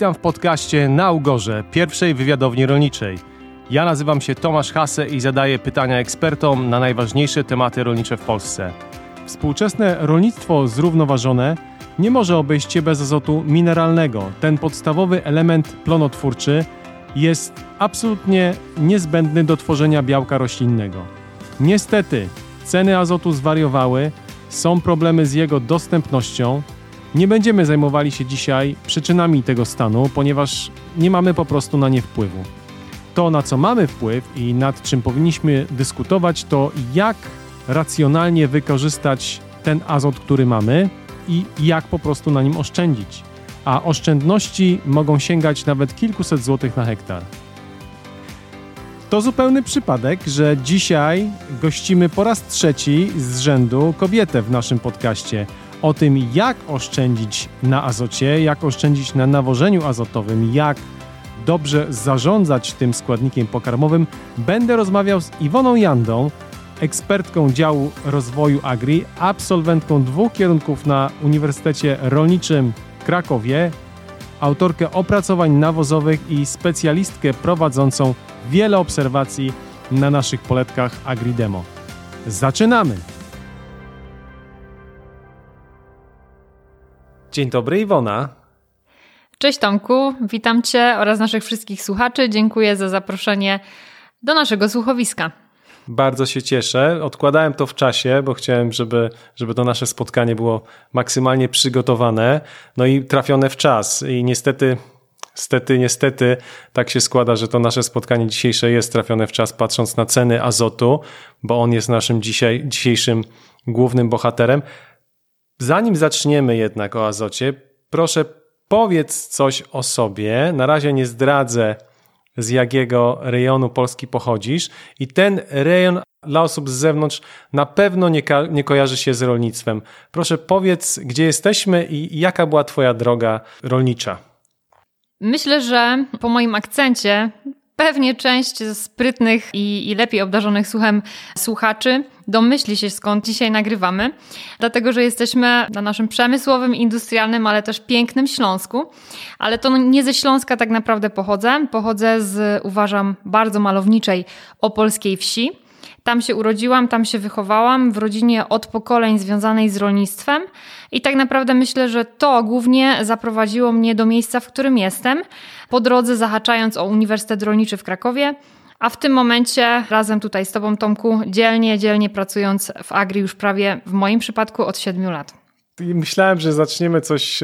Witam w podcaście Na Ugorze, pierwszej wywiadowni rolniczej. Ja nazywam się Tomasz Hase i zadaję pytania ekspertom na najważniejsze tematy rolnicze w Polsce. Współczesne rolnictwo zrównoważone nie może obejść się bez azotu mineralnego. Ten podstawowy element plonotwórczy jest absolutnie niezbędny do tworzenia białka roślinnego. Niestety ceny azotu zwariowały, są problemy z jego dostępnością. Nie będziemy zajmowali się dzisiaj przyczynami tego stanu, ponieważ nie mamy po prostu na nie wpływu. To, na co mamy wpływ i nad czym powinniśmy dyskutować, to jak racjonalnie wykorzystać ten azot, który mamy i jak po prostu na nim oszczędzić. A oszczędności mogą sięgać nawet kilkuset złotych na hektar. To zupełny przypadek, że dzisiaj gościmy po raz trzeci z rzędu kobietę w naszym podcaście. O tym, jak oszczędzić na azocie, jak oszczędzić na nawożeniu azotowym, jak dobrze zarządzać tym składnikiem pokarmowym, będę rozmawiał z Iwoną Jandą, ekspertką działu rozwoju Agri, absolwentką 2 kierunków na Uniwersytecie Rolniczym w Krakowie, autorkę opracowań nawozowych i specjalistkę prowadzącą wiele obserwacji na naszych poletkach AgriDemo. Zaczynamy! Dzień dobry, Iwona. Cześć Tomku, witam Cię oraz naszych wszystkich słuchaczy. Dziękuję za zaproszenie do naszego słuchowiska. Bardzo się cieszę. Odkładałem to w czasie, bo chciałem, żeby to nasze spotkanie było maksymalnie przygotowane, no i trafione w czas. I niestety tak się składa, że to nasze spotkanie dzisiejsze jest trafione w czas, patrząc na ceny azotu, bo on jest naszym dzisiejszym głównym bohaterem. Zanim zaczniemy jednak o azocie, proszę powiedz coś o sobie. Na razie nie zdradzę, z jakiego rejonu Polski pochodzisz i ten rejon dla osób z zewnątrz na pewno nie kojarzy się z rolnictwem. Proszę powiedz, gdzie jesteśmy i jaka była twoja droga rolnicza? Myślę, że po moim akcencie pewnie część sprytnych i lepiej obdarzonych słuchem słuchaczy domyśli się, skąd dzisiaj nagrywamy, dlatego że jesteśmy na naszym przemysłowym, industrialnym, ale też pięknym Śląsku. Ale to nie ze Śląska tak naprawdę pochodzę. Pochodzę z, uważam, bardzo malowniczej opolskiej wsi. Tam się urodziłam, tam się wychowałam, w rodzinie od pokoleń związanej z rolnictwem i tak naprawdę myślę, że to głównie zaprowadziło mnie do miejsca, w którym jestem, po drodze zahaczając o Uniwersytet Rolniczy w Krakowie, a w tym momencie razem tutaj z Tobą, Tomku, dzielnie pracując w Agri już prawie w moim przypadku od 7 lat. Myślałem, że zaczniemy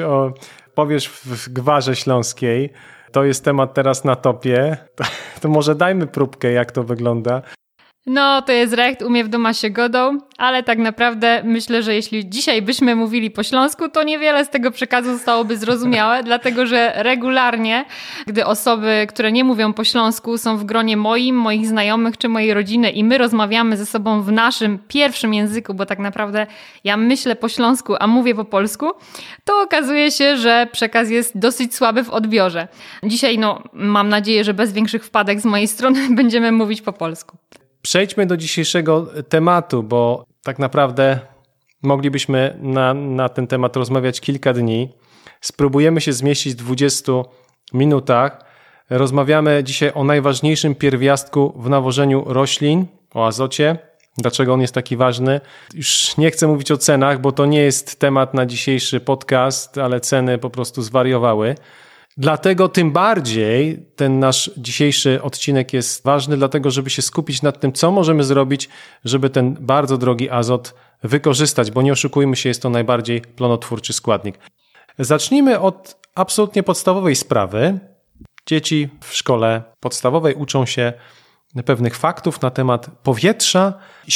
powiesz w Gwarze Śląskiej. To jest temat teraz na topie. To może dajmy próbkę, jak to wygląda. No, to jest recht, umie w doma się godą, ale tak naprawdę myślę, że jeśli dzisiaj byśmy mówili po śląsku, to niewiele z tego przekazu zostałoby zrozumiałe, dlatego że regularnie, gdy osoby, które nie mówią po śląsku, są w gronie moich znajomych czy mojej rodziny i my rozmawiamy ze sobą w naszym pierwszym języku, bo tak naprawdę ja myślę po śląsku, a mówię po polsku, to okazuje się, że przekaz jest dosyć słaby w odbiorze. Dzisiaj, mam nadzieję, że bez większych wpadek z mojej strony będziemy mówić po polsku. Przejdźmy do dzisiejszego tematu, bo tak naprawdę moglibyśmy na ten temat rozmawiać kilka dni. Spróbujemy się zmieścić w 20 minutach. Rozmawiamy dzisiaj o najważniejszym pierwiastku w nawożeniu roślin, o azocie. Dlaczego on jest taki ważny? Już nie chcę mówić o cenach, bo to nie jest temat na dzisiejszy podcast, ale ceny po prostu zwariowały. Dlatego tym bardziej ten nasz dzisiejszy odcinek jest ważny, dlatego żeby się skupić nad tym, co możemy zrobić, żeby ten bardzo drogi azot wykorzystać, bo nie oszukujmy się, jest to najbardziej plonotwórczy składnik. Zacznijmy od absolutnie podstawowej sprawy. Dzieci w szkole podstawowej uczą się pewnych faktów na temat powietrza.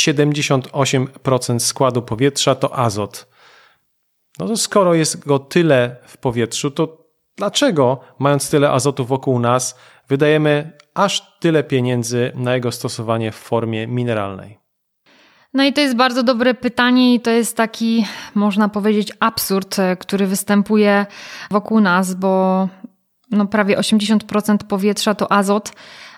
78% składu powietrza to azot. No to skoro jest go tyle w powietrzu, to dlaczego, mając tyle azotu wokół nas, wydajemy aż tyle pieniędzy na jego stosowanie w formie mineralnej? No i to jest bardzo dobre pytanie i to jest taki, można powiedzieć, absurd, który występuje wokół nas, bo prawie 80% powietrza to azot,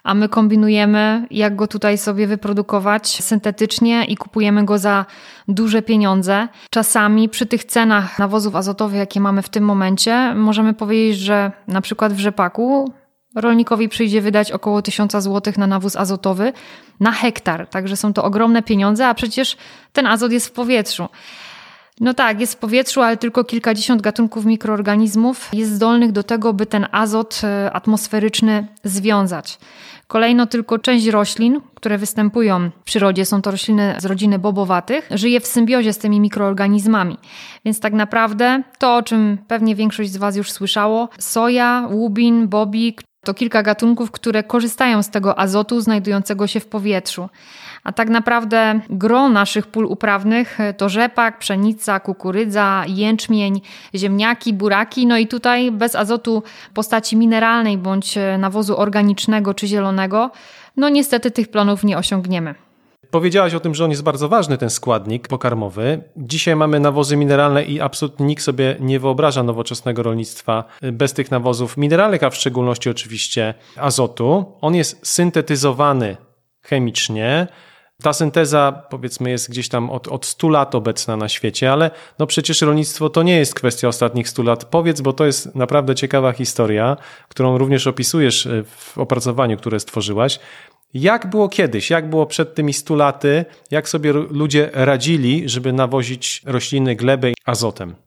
a my kombinujemy, jak go tutaj sobie wyprodukować syntetycznie i kupujemy go za duże pieniądze. Czasami przy tych cenach nawozów azotowych, jakie mamy w tym momencie, możemy powiedzieć, że na przykład w rzepaku rolnikowi przyjdzie wydać około 1000 zł na nawóz azotowy na hektar. Także są to ogromne pieniądze, a przecież ten azot jest w powietrzu. No tak, jest w powietrzu, ale tylko kilkadziesiąt gatunków mikroorganizmów jest zdolnych do tego, by ten azot atmosferyczny związać. Kolejno tylko część roślin, które występują w przyrodzie, są to rośliny z rodziny bobowatych, żyje w symbiozie z tymi mikroorganizmami. Więc tak naprawdę to, o czym pewnie większość z Was już słyszało, soja, łubin, bobik, to kilka gatunków, które korzystają z tego azotu znajdującego się w powietrzu. A tak naprawdę gro naszych pól uprawnych to rzepak, pszenica, kukurydza, jęczmień, ziemniaki, buraki. No i tutaj bez azotu w postaci mineralnej bądź nawozu organicznego czy zielonego, no niestety tych planów nie osiągniemy. Powiedziałaś o tym, że on jest bardzo ważny, ten składnik pokarmowy. Dzisiaj mamy nawozy mineralne i absolutnie nikt sobie nie wyobraża nowoczesnego rolnictwa bez tych nawozów mineralnych, a w szczególności oczywiście azotu. On jest syntetyzowany chemicznie. Ta synteza, powiedzmy, jest gdzieś tam od 100 lat obecna na świecie, ale no przecież rolnictwo to nie jest kwestia ostatnich 100 lat. Powiedz, bo to jest naprawdę ciekawa historia, którą również opisujesz w opracowaniu, które stworzyłaś. Jak było kiedyś? Jak było przed tymi 100 laty? Jak sobie ludzie radzili, żeby nawozić rośliny, glebę azotem?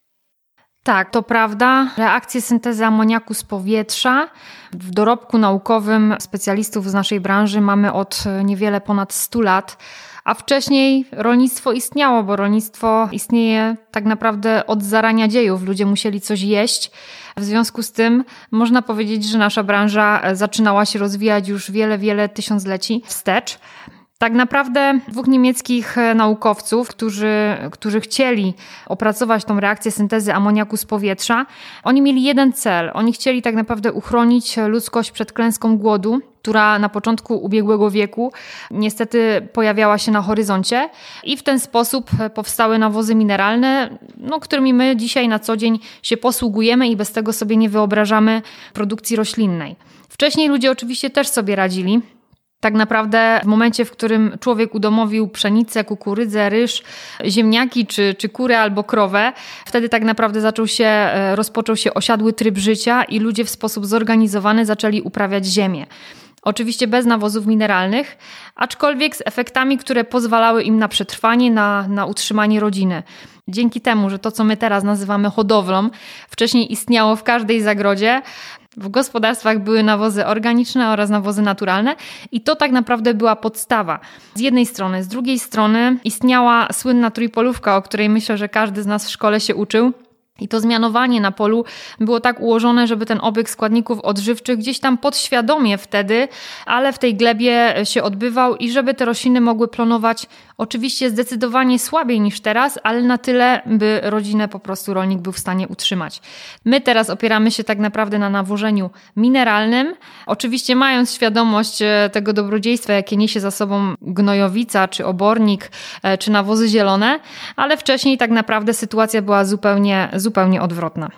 Tak, to prawda. Reakcje syntezy amoniaku z powietrza w dorobku naukowym specjalistów z naszej branży mamy od niewiele ponad 100 lat, a wcześniej rolnictwo istniało, bo rolnictwo istnieje tak naprawdę od zarania dziejów. Ludzie musieli coś jeść. W związku z tym można powiedzieć, że nasza branża zaczynała się rozwijać już wiele tysiącleci wstecz. Tak naprawdę dwóch niemieckich naukowców, którzy chcieli opracować tą reakcję syntezy amoniaku z powietrza, oni mieli jeden cel. Oni chcieli tak naprawdę uchronić ludzkość przed klęską głodu, która na początku ubiegłego wieku niestety pojawiała się na horyzoncie i w ten sposób powstały nawozy mineralne, którymi my dzisiaj na co dzień się posługujemy i bez tego sobie nie wyobrażamy produkcji roślinnej. Wcześniej ludzie oczywiście też sobie radzili. Tak naprawdę w momencie, w którym człowiek udomowił pszenicę, kukurydzę, ryż, ziemniaki czy kurę albo krowę, wtedy tak naprawdę rozpoczął się osiadły tryb życia i ludzie w sposób zorganizowany zaczęli uprawiać ziemię. Oczywiście bez nawozów mineralnych, aczkolwiek z efektami, które pozwalały im na przetrwanie, na utrzymanie rodziny. Dzięki temu, że to, co my teraz nazywamy hodowlą, wcześniej istniało w każdej zagrodzie, w gospodarstwach były nawozy organiczne oraz nawozy naturalne i to tak naprawdę była podstawa. Z jednej strony. Z drugiej strony istniała słynna trójpolówka, o której myślę, że każdy z nas w szkole się uczył. I to zmianowanie na polu było tak ułożone, żeby ten obieg składników odżywczych gdzieś tam podświadomie wtedy, ale w tej glebie się odbywał i żeby te rośliny mogły plonować oczywiście zdecydowanie słabiej niż teraz, ale na tyle, by rodzinę po prostu rolnik był w stanie utrzymać. My teraz opieramy się tak naprawdę na nawożeniu mineralnym, oczywiście mając świadomość tego dobrodziejstwa, jakie niesie za sobą gnojowica, czy obornik, czy nawozy zielone, ale wcześniej tak naprawdę sytuacja była zupełnie odwrotna.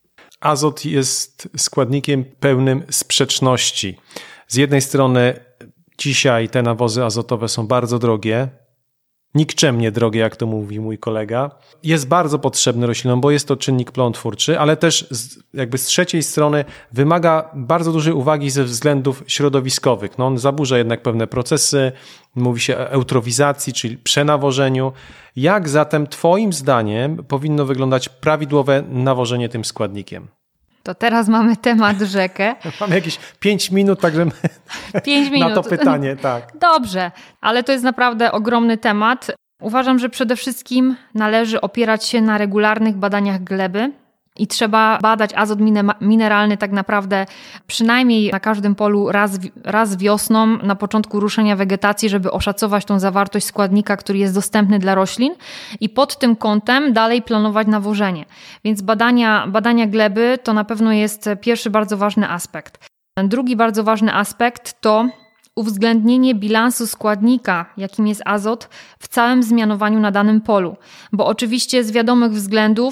Azot jest składnikiem pełnym sprzeczności. Z jednej strony dzisiaj te nawozy azotowe są bardzo drogie, nikczemnie drogie, jak to mówi mój kolega. Jest bardzo potrzebny roślinom, bo jest to czynnik plonotwórczy, ale też z trzeciej strony wymaga bardzo dużej uwagi ze względów środowiskowych. On zaburza jednak pewne procesy, mówi się o eutrofizacji, czyli przenawożeniu. Jak zatem twoim zdaniem powinno wyglądać prawidłowe nawożenie tym składnikiem? To teraz mamy temat rzekę. Mamy jakieś 5 minut, także 5 minut. Na to pytanie, tak. Dobrze, ale to jest naprawdę ogromny temat. Uważam, że przede wszystkim należy opierać się na regularnych badaniach gleby i trzeba badać azot mineralny tak naprawdę przynajmniej na każdym polu raz wiosną, na początku ruszenia wegetacji, żeby oszacować tą zawartość składnika, który jest dostępny dla roślin i pod tym kątem dalej planować nawożenie. Więc badania gleby to na pewno jest pierwszy bardzo ważny aspekt. Drugi bardzo ważny aspekt to uwzględnienie bilansu składnika, jakim jest azot, w całym zmianowaniu na danym polu. Bo oczywiście z wiadomych względów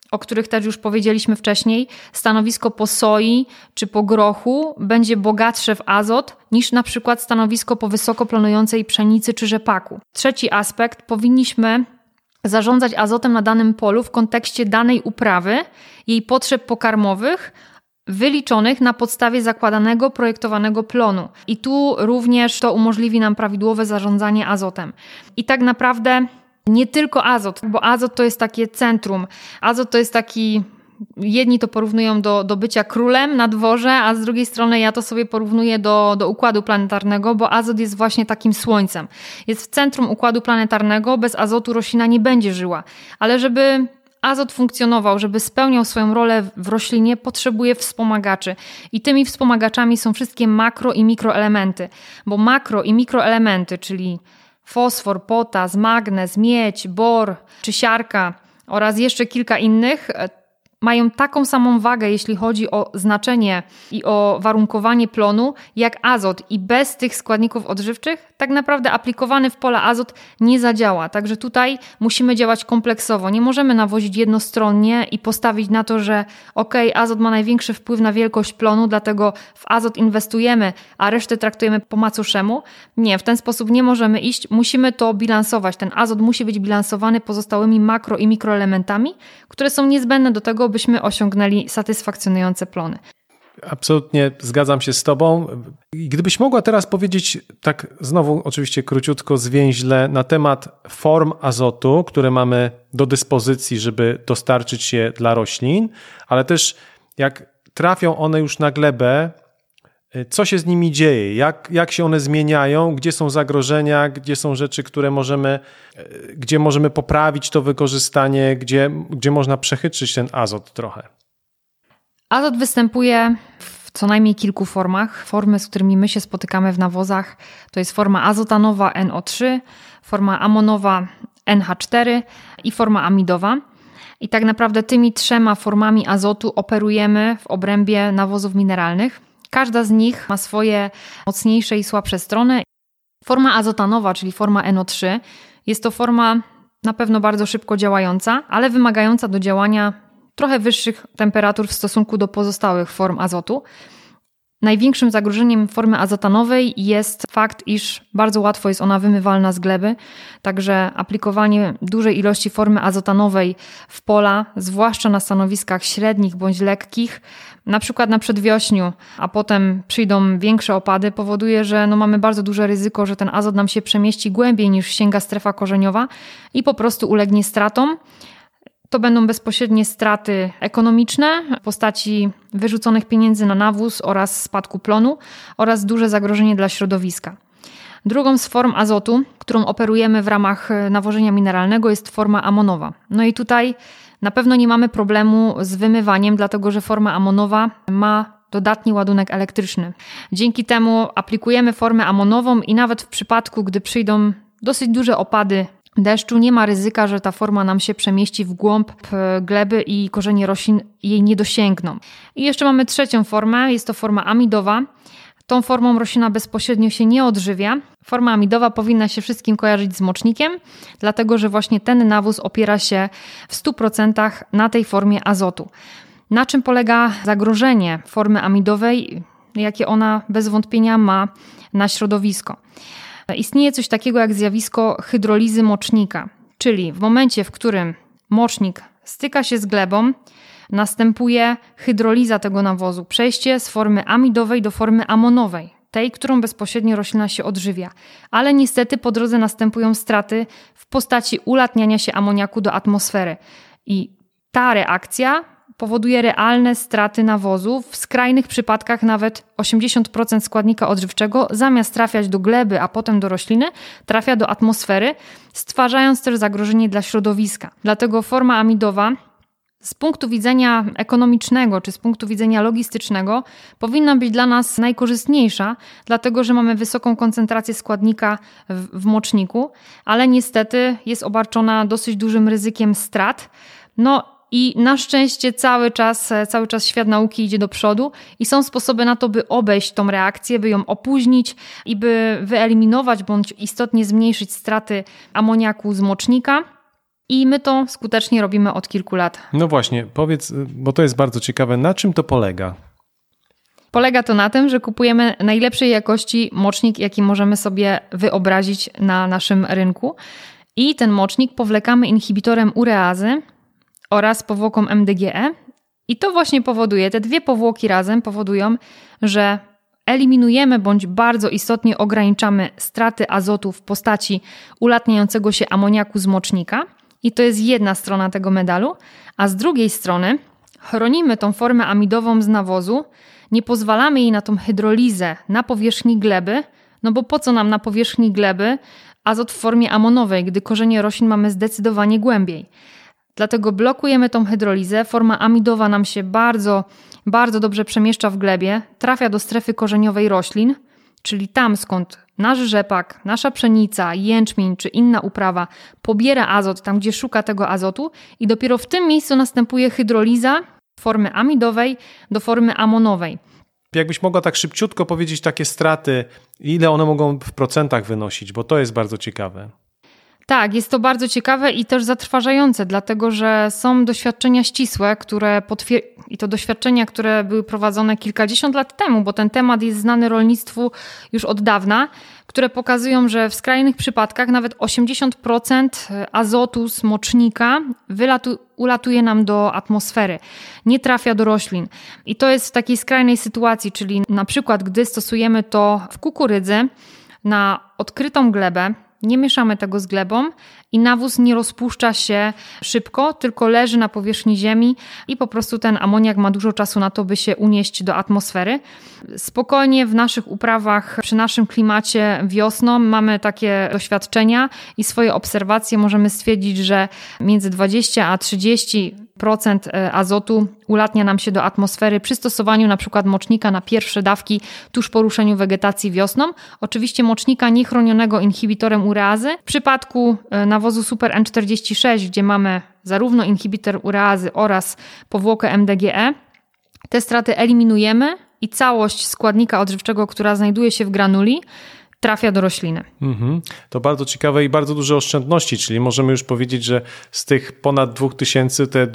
o których też już powiedzieliśmy wcześniej, stanowisko po soi czy po grochu będzie bogatsze w azot niż na przykład stanowisko po wysoko plonującej pszenicy czy rzepaku. Trzeci aspekt, powinniśmy zarządzać azotem na danym polu w kontekście danej uprawy, jej potrzeb pokarmowych, wyliczonych na podstawie zakładanego, projektowanego plonu. I tu również to umożliwi nam prawidłowe zarządzanie azotem. I tak naprawdę nie tylko azot, bo azot to jest takie centrum. Azot to jest taki, jedni to porównują do bycia królem na dworze, a z drugiej strony ja to sobie porównuję do układu planetarnego, bo azot jest właśnie takim słońcem. Jest w centrum układu planetarnego, bez azotu roślina nie będzie żyła. Ale żeby azot funkcjonował, żeby spełniał swoją rolę w roślinie, potrzebuje wspomagaczy. I tymi wspomagaczami są wszystkie makro i mikroelementy. Bo makro i mikroelementy, czyli fosfor, potas, magnez, miedź, bor czy siarka oraz jeszcze kilka innych, mają taką samą wagę, jeśli chodzi o znaczenie i o warunkowanie plonu, jak azot. I bez tych składników odżywczych tak naprawdę aplikowany w pola azot nie zadziała. Także tutaj musimy działać kompleksowo. Nie możemy nawozić jednostronnie i postawić na to, że azot ma największy wpływ na wielkość plonu, dlatego w azot inwestujemy, a resztę traktujemy po macoszemu. Nie, w ten sposób nie możemy iść. Musimy to bilansować. Ten azot musi być bilansowany pozostałymi makro i mikroelementami, które są niezbędne do tego, byśmy osiągnęli satysfakcjonujące plony. Absolutnie zgadzam się z Tobą. I gdybyś mogła teraz powiedzieć, tak znowu oczywiście króciutko, zwięźle, na temat form azotu, które mamy do dyspozycji, żeby dostarczyć je dla roślin, ale też jak trafią one już na glebę, co się z nimi dzieje, jak się one zmieniają, gdzie są zagrożenia, gdzie są rzeczy, gdzie możemy poprawić to wykorzystanie, gdzie można przechytrzyć ten azot trochę. Azot występuje w co najmniej kilku formach. Formy, z którymi my się spotykamy w nawozach, to jest forma azotanowa NO3, forma amonowa NH4 i forma amidowa. I tak naprawdę tymi trzema formami azotu operujemy w obrębie nawozów mineralnych. Każda z nich ma swoje mocniejsze i słabsze strony. Forma azotanowa, czyli forma NO3, jest to forma na pewno bardzo szybko działająca, ale wymagająca do działania trochę wyższych temperatur w stosunku do pozostałych form azotu. Największym zagrożeniem formy azotanowej jest fakt, iż bardzo łatwo jest ona wymywalna z gleby, także aplikowanie dużej ilości formy azotanowej w pola, zwłaszcza na stanowiskach średnich bądź lekkich, na przykład na przedwiośniu, a potem przyjdą większe opady, powoduje, że mamy bardzo duże ryzyko, że ten azot nam się przemieści głębiej niż sięga strefa korzeniowa i po prostu ulegnie stratom. To będą bezpośrednie straty ekonomiczne w postaci wyrzuconych pieniędzy na nawóz oraz spadku plonu oraz duże zagrożenie dla środowiska. Drugą z form azotu, którą operujemy w ramach nawożenia mineralnego, jest forma amonowa. No i tutaj na pewno nie mamy problemu z wymywaniem, dlatego że forma amonowa ma dodatni ładunek elektryczny. Dzięki temu aplikujemy formę amonową i nawet w przypadku, gdy przyjdą dosyć duże opady deszczu, nie ma ryzyka, że ta forma nam się przemieści w głąb gleby i korzenie roślin jej nie dosięgną. I jeszcze mamy trzecią formę, jest to forma amidowa. Tą formą roślina bezpośrednio się nie odżywia. Forma amidowa powinna się wszystkim kojarzyć z mocznikiem, dlatego że właśnie ten nawóz opiera się w 100% na tej formie azotu. Na czym polega zagrożenie formy amidowej, jakie ona bez wątpienia ma na środowisko? Istnieje coś takiego jak zjawisko hydrolizy mocznika, czyli w momencie, w którym mocznik styka się z glebą, następuje hydroliza tego nawozu, przejście z formy amidowej do formy amonowej, tej, którą bezpośrednio roślina się odżywia. Ale niestety po drodze następują straty w postaci ulatniania się amoniaku do atmosfery. I ta reakcja powoduje realne straty nawozu, w skrajnych przypadkach nawet 80% składnika odżywczego zamiast trafiać do gleby, a potem do rośliny, trafia do atmosfery, stwarzając też zagrożenie dla środowiska. Dlatego forma amidowa z punktu widzenia ekonomicznego czy z punktu widzenia logistycznego powinna być dla nas najkorzystniejsza, dlatego że mamy wysoką koncentrację składnika w moczniku, ale niestety jest obarczona dosyć dużym ryzykiem strat. I na szczęście cały czas świat nauki idzie do przodu i są sposoby na to, by obejść tą reakcję, by ją opóźnić i by wyeliminować bądź istotnie zmniejszyć straty amoniaku z mocznika. I my to skutecznie robimy od kilku lat. No właśnie, powiedz, bo to jest bardzo ciekawe, na czym to polega? Polega to na tym, że kupujemy najlepszej jakości mocznik, jaki możemy sobie wyobrazić na naszym rynku. I ten mocznik powlekamy inhibitorem ureazy oraz powłoką MDGE. I to właśnie powoduje, te dwie powłoki razem powodują, że eliminujemy bądź bardzo istotnie ograniczamy straty azotu w postaci ulatniającego się amoniaku z mocznika. I to jest jedna strona tego medalu. A z drugiej strony chronimy tą formę amidową z nawozu, nie pozwalamy jej na tą hydrolizę na powierzchni gleby, no bo po co nam na powierzchni gleby azot w formie amonowej, gdy korzenie roślin mamy zdecydowanie głębiej. Dlatego blokujemy tą hydrolizę, forma amidowa nam się bardzo, bardzo dobrze przemieszcza w glebie, trafia do strefy korzeniowej roślin, czyli tam skąd nasz rzepak, nasza pszenica, jęczmień czy inna uprawa pobiera azot, tam gdzie szuka tego azotu i dopiero w tym miejscu następuje hydroliza formy amidowej do formy amonowej. Jakbyś mogła tak szybciutko powiedzieć takie straty, ile one mogą w procentach wynosić, bo to jest bardzo ciekawe. Tak, jest to bardzo ciekawe i też zatrważające, dlatego że są doświadczenia ścisłe, i to doświadczenia, które były prowadzone kilkadziesiąt lat temu, bo ten temat jest znany rolnictwu już od dawna, które pokazują, że w skrajnych przypadkach nawet 80% azotu z mocznika ulatuje nam do atmosfery, nie trafia do roślin. I to jest w takiej skrajnej sytuacji, czyli na przykład gdy stosujemy to w kukurydzy na odkrytą glebę, nie mieszamy tego z glebą i nawóz nie rozpuszcza się szybko, tylko leży na powierzchni ziemi i po prostu ten amoniak ma dużo czasu na to, by się unieść do atmosfery. Spokojnie w naszych uprawach, przy naszym klimacie wiosną mamy takie doświadczenia i swoje obserwacje możemy stwierdzić, że między 20 a 30% azotu ulatnia nam się do atmosfery przy stosowaniu na przykład mocznika na pierwsze dawki tuż po ruszeniu wegetacji wiosną. Oczywiście mocznika niechronionego inhibitorem ureazy. W przypadku nawozu Super N46, gdzie mamy zarówno inhibitor ureazy oraz powłokę MDGE, te straty eliminujemy i całość składnika odżywczego, która znajduje się w granuli, trafia do rośliny. To bardzo ciekawe i bardzo duże oszczędności, czyli możemy już powiedzieć, że z tych ponad 2000 te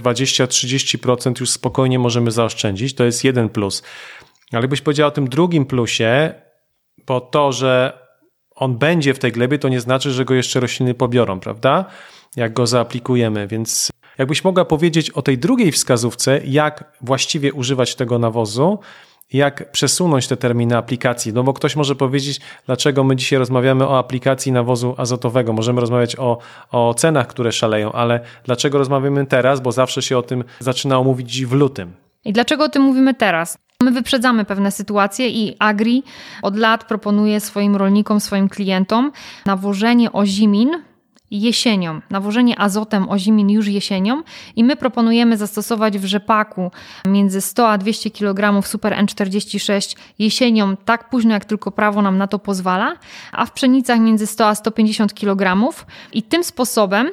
20-30% już spokojnie możemy zaoszczędzić. To jest jeden plus. Ale jakbyś powiedział o tym drugim plusie, bo to, że on będzie w tej glebie, to nie znaczy, że go jeszcze rośliny pobiorą, prawda? Jak go zaaplikujemy, więc jakbyś mogła powiedzieć o tej drugiej wskazówce, jak właściwie używać tego nawozu, jak przesunąć te terminy aplikacji. No bo ktoś może powiedzieć, dlaczego my dzisiaj rozmawiamy o aplikacji nawozu azotowego. Możemy rozmawiać o cenach, które szaleją, ale dlaczego rozmawiamy teraz? Bo zawsze się o tym zaczynało mówić w lutym. I dlaczego o tym mówimy teraz? My wyprzedzamy pewne sytuacje i Agri od lat proponuje swoim rolnikom, swoim klientom nawożenie ozimin jesienią, nawożenie azotem ozimin już jesienią i my proponujemy zastosować w rzepaku między 100 a 200 kg Super N46 jesienią tak późno, jak tylko prawo nam na to pozwala, a w pszenicach między 100 a 150 kg i tym sposobem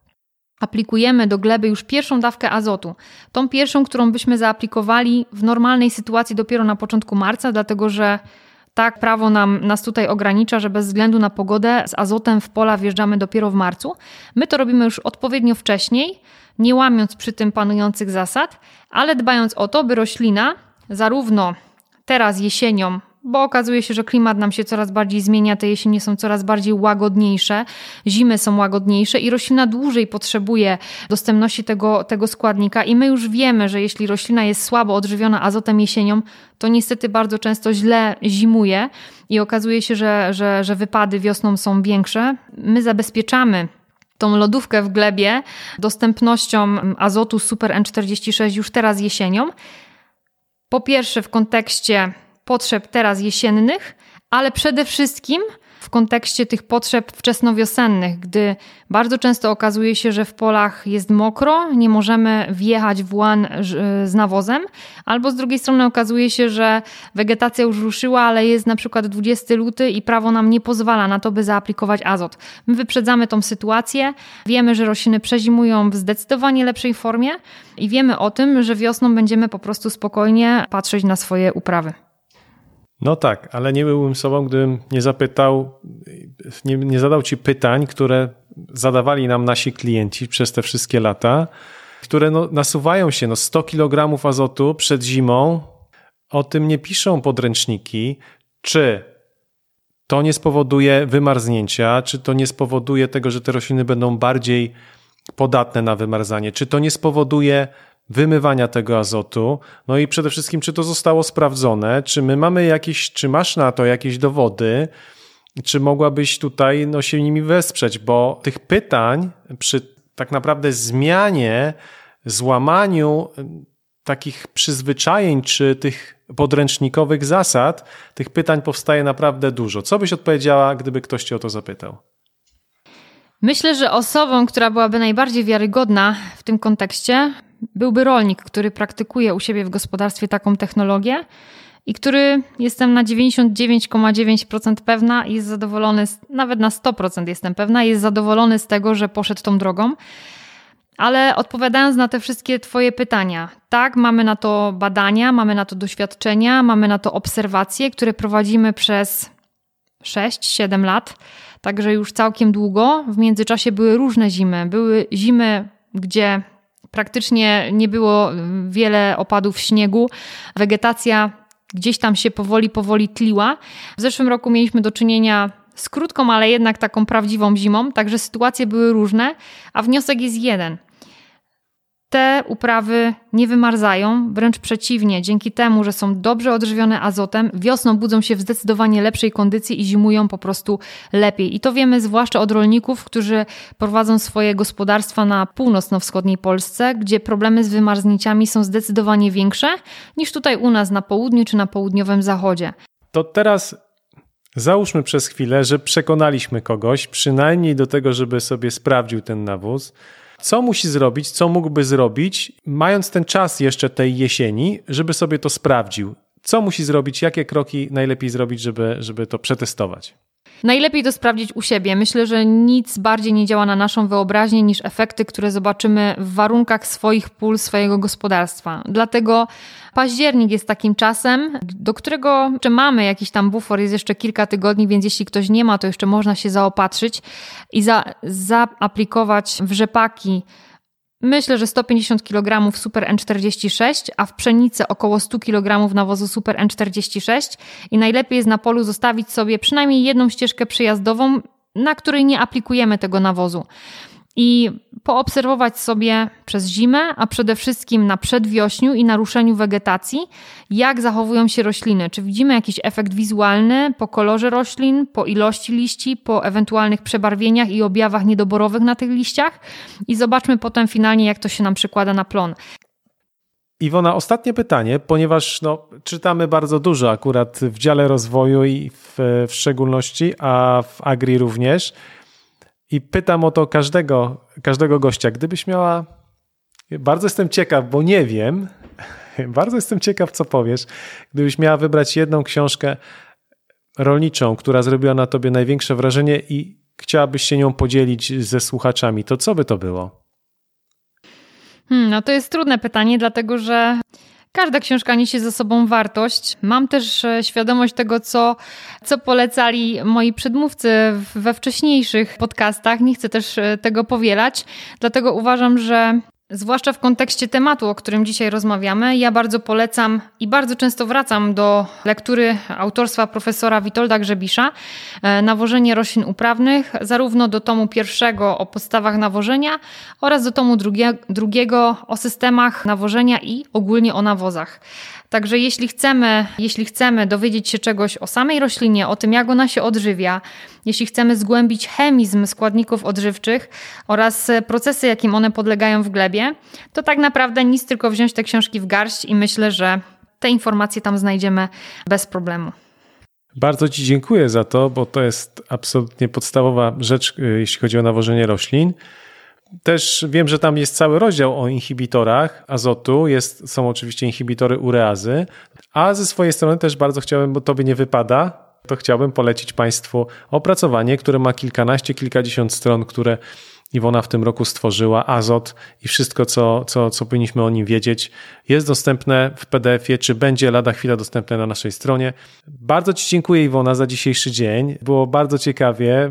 aplikujemy do gleby już pierwszą dawkę azotu. Tą pierwszą, którą byśmy zaaplikowali w normalnej sytuacji dopiero na początku marca, dlatego że tak prawo nas tutaj ogranicza, że bez względu na pogodę z azotem w pola wjeżdżamy dopiero w marcu. My to robimy już odpowiednio wcześniej, nie łamiąc przy tym panujących zasad, ale dbając o to, by roślina zarówno teraz jesienią, bo okazuje się, że klimat nam się coraz bardziej zmienia, te jesienie są coraz bardziej łagodniejsze, zimy są łagodniejsze i roślina dłużej potrzebuje dostępności tego składnika i my już wiemy, że jeśli roślina jest słabo odżywiona azotem jesienią, to niestety bardzo często źle zimuje i okazuje się, że wypady wiosną są większe. My zabezpieczamy tą lodówkę w glebie dostępnością azotu Super N46 już teraz jesienią. Po pierwsze w kontekście potrzeb teraz jesiennych, ale przede wszystkim w kontekście tych potrzeb wczesnowiosennych, gdy bardzo często okazuje się, że w polach jest mokro, nie możemy wjechać w łan z nawozem, albo z drugiej strony okazuje się, że wegetacja już ruszyła, ale jest na przykład 20 luty i prawo nam nie pozwala na to, by zaaplikować azot. My wyprzedzamy tą sytuację, wiemy, że rośliny przezimują w zdecydowanie lepszej formie i wiemy o tym, że wiosną będziemy po prostu spokojnie patrzeć na swoje uprawy. No tak, ale nie byłbym sobą, gdybym nie zapytał, nie zadał ci pytań, które zadawali nam nasi klienci przez te wszystkie lata, które nasuwają się 100 kg azotu przed zimą. O tym nie piszą podręczniki, czy to nie spowoduje wymarznięcia, czy to nie spowoduje tego, że te rośliny będą bardziej podatne na wymarzanie, czy to nie spowoduje wymywania tego azotu, no i przede wszystkim, czy to zostało sprawdzone, czy my mamy czy masz na to jakieś dowody, czy mogłabyś tutaj się nimi wesprzeć, bo tych pytań przy tak naprawdę zmianie, złamaniu takich przyzwyczajeń, czy tych podręcznikowych zasad, tych pytań powstaje naprawdę dużo. Co byś odpowiedziała, gdyby ktoś cię o to zapytał? Myślę, że osobą, która byłaby najbardziej wiarygodna w tym kontekście, byłby rolnik, który praktykuje u siebie w gospodarstwie taką technologię i który, jestem na 99,9% pewna, jest zadowolony, nawet na 100% jestem pewna, jest zadowolony z tego, że poszedł tą drogą. Ale odpowiadając na te wszystkie twoje pytania, tak, mamy na to badania, mamy na to doświadczenia, mamy na to obserwacje, które prowadzimy przez 6-7 lat, także już całkiem długo. W międzyczasie były różne zimy. Były zimy, gdzie praktycznie nie było wiele opadów śniegu. Wegetacja gdzieś tam się powoli tliła. W zeszłym roku mieliśmy do czynienia z krótką, ale jednak taką prawdziwą zimą, także sytuacje były różne, a wniosek jest jeden. Te uprawy nie wymarzają, wręcz przeciwnie, dzięki temu, że są dobrze odżywione azotem, wiosną budzą się w zdecydowanie lepszej kondycji i zimują po prostu lepiej. I to wiemy zwłaszcza od rolników, którzy prowadzą swoje gospodarstwa na północno-wschodniej Polsce, gdzie problemy z wymarznięciami są zdecydowanie większe niż tutaj u nas na południu czy na południowym zachodzie. To teraz załóżmy przez chwilę, że przekonaliśmy kogoś przynajmniej do tego, żeby sobie sprawdził ten nawóz. Co musi zrobić, co mógłby zrobić, mając ten czas jeszcze tej jesieni, żeby sobie to sprawdził? Co musi zrobić, jakie kroki najlepiej zrobić, żeby to przetestować? Najlepiej to sprawdzić u siebie. Myślę, że nic bardziej nie działa na naszą wyobraźnię niż efekty, które zobaczymy w warunkach swoich pól, swojego gospodarstwa. Dlatego październik jest takim czasem, do którego jeszcze mamy jakiś tam bufor, jest jeszcze kilka tygodni, więc jeśli ktoś nie ma, to jeszcze można się zaopatrzyć i zaaplikować w rzepaki. Myślę, że 150 kg Super N46, a w pszenicy około 100 kg nawozu Super N46 i najlepiej jest na polu zostawić sobie przynajmniej jedną ścieżkę przyjazdową, na której nie aplikujemy tego nawozu. I poobserwować sobie przez zimę, a przede wszystkim na przedwiośniu i na ruszeniu wegetacji, jak zachowują się rośliny. Czy widzimy jakiś efekt wizualny po kolorze roślin, po ilości liści, po ewentualnych przebarwieniach i objawach niedoborowych na tych liściach i zobaczmy potem finalnie, jak to się nam przekłada na plon. Iwona, ostatnie pytanie, ponieważ czytamy bardzo dużo akurat w dziale rozwoju i w szczególności, a w Agri również. I pytam o to każdego gościa. Gdybyś miała... Bardzo jestem ciekaw, bo nie wiem. Bardzo jestem ciekaw, co powiesz. Gdybyś miała wybrać jedną książkę rolniczą, która zrobiła na tobie największe wrażenie i chciałabyś się nią podzielić ze słuchaczami, to co by to było? No to jest trudne pytanie, dlatego że każda książka niesie ze sobą wartość. Mam też świadomość tego, co polecali moi przedmówcy we wcześniejszych podcastach. Nie chcę też tego powielać, dlatego uważam, że zwłaszcza w kontekście tematu, o którym dzisiaj rozmawiamy, ja bardzo polecam i bardzo często wracam do lektury autorstwa profesora Witolda Grzebisza Nawożenie roślin uprawnych, zarówno do tomu pierwszego o podstawach nawożenia oraz do tomu drugiego o systemach nawożenia i ogólnie o nawozach. Także jeśli chcemy dowiedzieć się czegoś o samej roślinie, o tym, jak ona się odżywia, jeśli chcemy zgłębić chemizm składników odżywczych oraz procesy, jakim one podlegają w glebie, to tak naprawdę nic, tylko wziąć te książki w garść i myślę, że te informacje tam znajdziemy bez problemu. Bardzo Ci dziękuję za to, bo to jest absolutnie podstawowa rzecz, jeśli chodzi o nawożenie roślin. Też wiem, że tam jest cały rozdział o inhibitorach azotu, są oczywiście inhibitory ureazy, a ze swojej strony też bardzo chciałbym, bo Tobie nie wypada, to chciałbym polecić Państwu opracowanie, które ma kilkadziesiąt stron, które Iwona w tym roku stworzyła, azot i wszystko, co powinniśmy o nim wiedzieć, jest dostępne w PDF-ie, czy będzie lada chwila dostępne na naszej stronie. Bardzo Ci dziękuję, Iwona, za dzisiejszy dzień. Było bardzo ciekawie.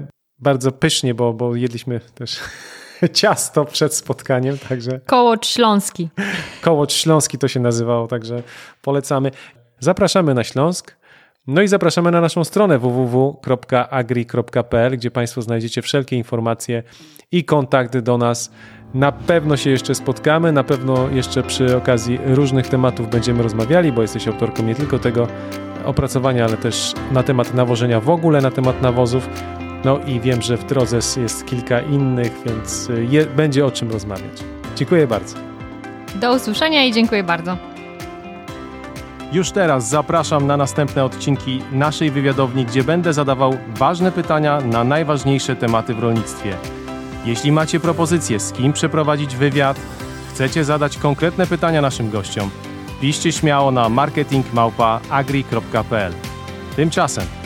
bardzo pysznie, bo jedliśmy też ciasto przed spotkaniem, także... Kołocz Śląski. Kołocz Śląski to się nazywało, także polecamy. Zapraszamy na Śląsk. No i zapraszamy na naszą stronę www.agri.pl, gdzie Państwo znajdziecie wszelkie informacje i kontakty do nas. Na pewno się jeszcze spotkamy, na pewno jeszcze przy okazji różnych tematów będziemy rozmawiali, bo jesteś autorką nie tylko tego opracowania, ale też na temat nawożenia w ogóle, na temat nawozów. No i wiem, że w drodze jest kilka innych, więc będzie o czym rozmawiać. Dziękuję bardzo. Do usłyszenia i dziękuję bardzo. Już teraz zapraszam na następne odcinki naszej wywiadowni, gdzie będę zadawał ważne pytania na najważniejsze tematy w rolnictwie. Jeśli macie propozycje, z kim przeprowadzić wywiad, chcecie zadać konkretne pytania naszym gościom, piszcie śmiało na marketing@agri.pl. Tymczasem